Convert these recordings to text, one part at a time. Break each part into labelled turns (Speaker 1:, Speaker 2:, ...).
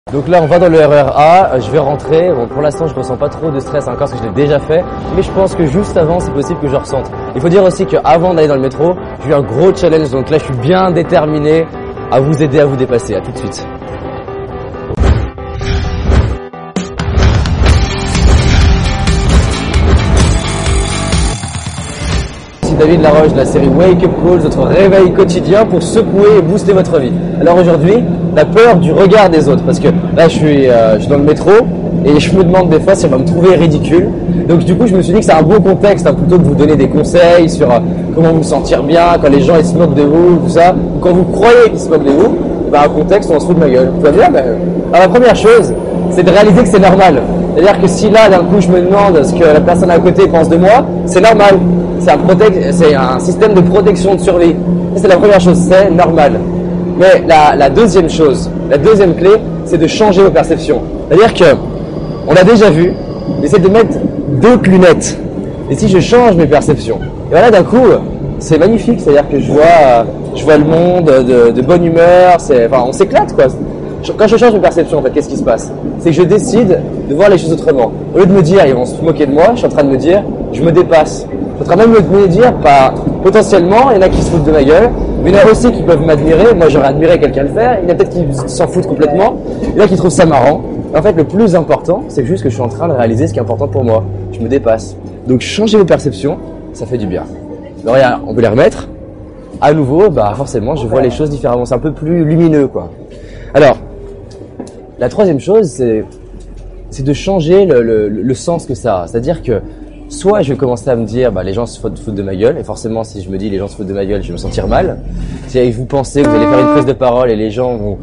Speaker 1: Donc là, on va dans le RER A, je vais rentrer. Bon, pour l'instant, je ressens pas trop de stress encore parce que je l'ai déjà fait. Mais je pense que juste avant, c'est possible que je ressente. Il faut dire aussi qu'avant d'aller dans le métro, j'ai eu un gros challenge. Donc là, je suis bien déterminé à vous aider à vous dépasser. À tout de suite. David Laroche de la série Wake Up Call, votre réveil quotidien pour secouer et booster votre vie. Alors aujourd'hui, la peur du regard des autres, parce que là je suis dans le métro et je me demande des fois si on va me trouver ridicule. Donc du coup je me suis dit que c'est un bon contexte plutôt que de vous donner des conseils sur comment vous sentir bien quand les gens ils se moquent de vous, tout ça, ou quand vous croyez qu'ils se moquent de vous, un contexte où on se fout de ma gueule. Tout va bien, alors la première chose, c'est de réaliser que c'est normal. C'est-à-dire que si là d'un coup je me demande ce que la personne à côté pense de moi, c'est normal. C'est un système de protection de survie. C'est la première chose, c'est normal. Mais la deuxième chose, la deuxième clé, c'est de changer vos perceptions. C'est-à-dire que, on l'a déjà vu, j'essaie de mettre 2 lunettes. Et si je change mes perceptions, et voilà d'un coup, c'est magnifique. C'est-à-dire que je vois le monde de bonne humeur. On s'éclate quoi. Quand je change mes perceptions, en fait, qu'est-ce qui se passe? C'est que je décide de voir les choses autrement. Au lieu de me dire, ils vont se moquer de moi, je suis en train de me dire, je me dépasse. Je suis en train même de me dire, potentiellement, il y en a qui se foutent de ma gueule, mais il y en a aussi qui peuvent m'admirer. Moi, j'aurais admiré quelqu'un le faire. Il y en a peut-être qui s'en foutent complètement. Il y en a qui trouvent ça marrant. En fait, le plus important, c'est juste que je suis en train de réaliser ce qui est important pour moi. Je me dépasse. Donc, changer vos perceptions, ça fait du bien. Alors, regarde, on peut les remettre. À nouveau, forcément, je vois les choses différemment. C'est un peu plus lumineux, quoi. Alors, la troisième chose, c'est de changer le sens que ça a. C'est-à-dire que soit je vais commencer à me dire, les gens se foutent de ma gueule, et forcément, si je me dis les gens se foutent de ma gueule, je vais me sentir mal. Si vous pensez que vous allez faire une prise de parole et les gens vont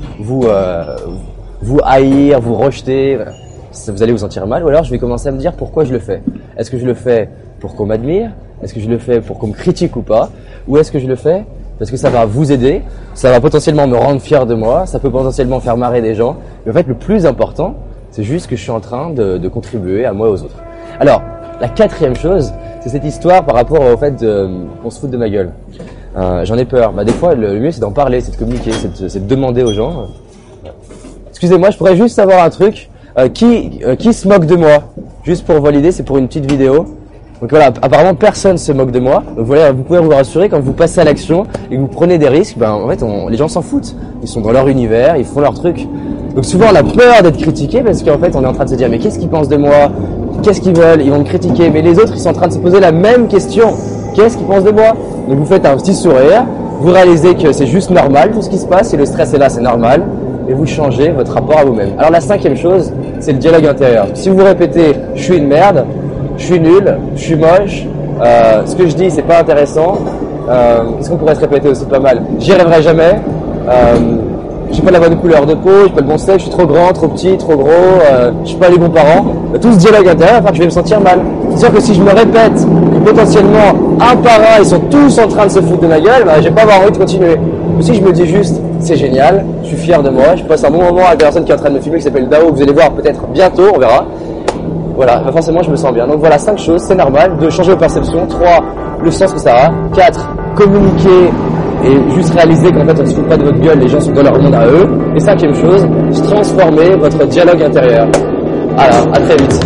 Speaker 1: vous haïr, vous rejeter, vous allez vous sentir mal. Ou alors, je vais commencer à me dire pourquoi je le fais. Est-ce que je le fais pour qu'on m'admire? Est-ce que je le fais pour qu'on me critique ou pas? Ou est-ce que je le fais parce que ça va vous aider, ça va potentiellement me rendre fier de moi, ça peut potentiellement faire marrer des gens. Mais en fait, le plus important, c'est juste que je suis en train de contribuer à moi et aux autres. Alors, la quatrième chose, c'est cette histoire par rapport au fait qu'on se fout de ma gueule. J'en ai peur. Des fois, le mieux, c'est d'en parler, c'est de communiquer, c'est de demander aux gens. Excusez-moi, je pourrais juste savoir un truc. Qui se moque de moi? Juste pour valider, c'est pour une petite vidéo. Donc voilà, apparemment personne se moque de moi. Donc voilà, vous pouvez vous rassurer quand vous passez à l'action et que vous prenez des risques, en fait, les gens s'en foutent. Ils sont dans leur univers, ils font leur truc. Donc souvent on a peur d'être critiqué parce qu'en fait on est en train de se dire mais qu'est-ce qu'ils pensent de moi? Qu'est-ce qu'ils veulent? Ils vont me critiquer. Mais les autres ils sont en train de se poser la même question. Qu'est-ce qu'ils pensent de moi? Donc vous faites un petit sourire, vous réalisez que c'est juste normal tout ce qui se passe, si le stress est là c'est normal. Et vous changez votre rapport à vous-même. Alors la cinquième chose, c'est le dialogue intérieur. Si vous répétez je suis une merde, je suis nul, je suis moche, ce que je dis c'est pas intéressant, est-ce qu'on pourrait se répéter aussi pas mal? J'y arriverai jamais, j'ai pas la bonne couleur de peau, j'ai pas le bon sexe, je suis trop grand, trop petit, trop gros, je suis pas les bons parents. Tout ce dialogue intérieur va faire que je vais me sentir mal. C'est sûr que si je me répète que potentiellement un par un ils sont tous en train de se foutre de ma gueule, je vais pas avoir envie de continuer. Ou si je me dis juste c'est génial, je suis fier de moi, je passe un bon moment avec la personne qui est en train de me filmer qui s'appelle Dao, que vous allez voir peut-être bientôt, on verra. Voilà, forcément je me sens bien. Donc voilà, 5 choses, c'est normal de changer vos perceptions. 3, le sens que ça a. 4, communiquer et juste réaliser qu'en fait on ne se fout pas de votre gueule, les gens sont dans leur monde à eux. Et 5e chose, transformer votre dialogue intérieur. Alors, à très vite.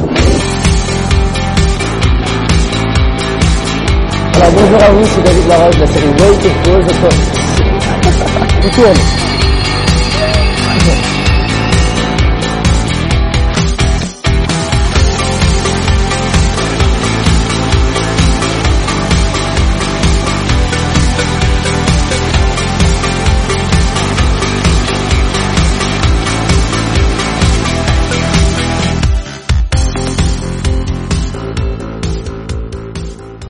Speaker 1: Alors bonjour à vous, c'est David Laroche de la série Wake Up Call. Je tourne.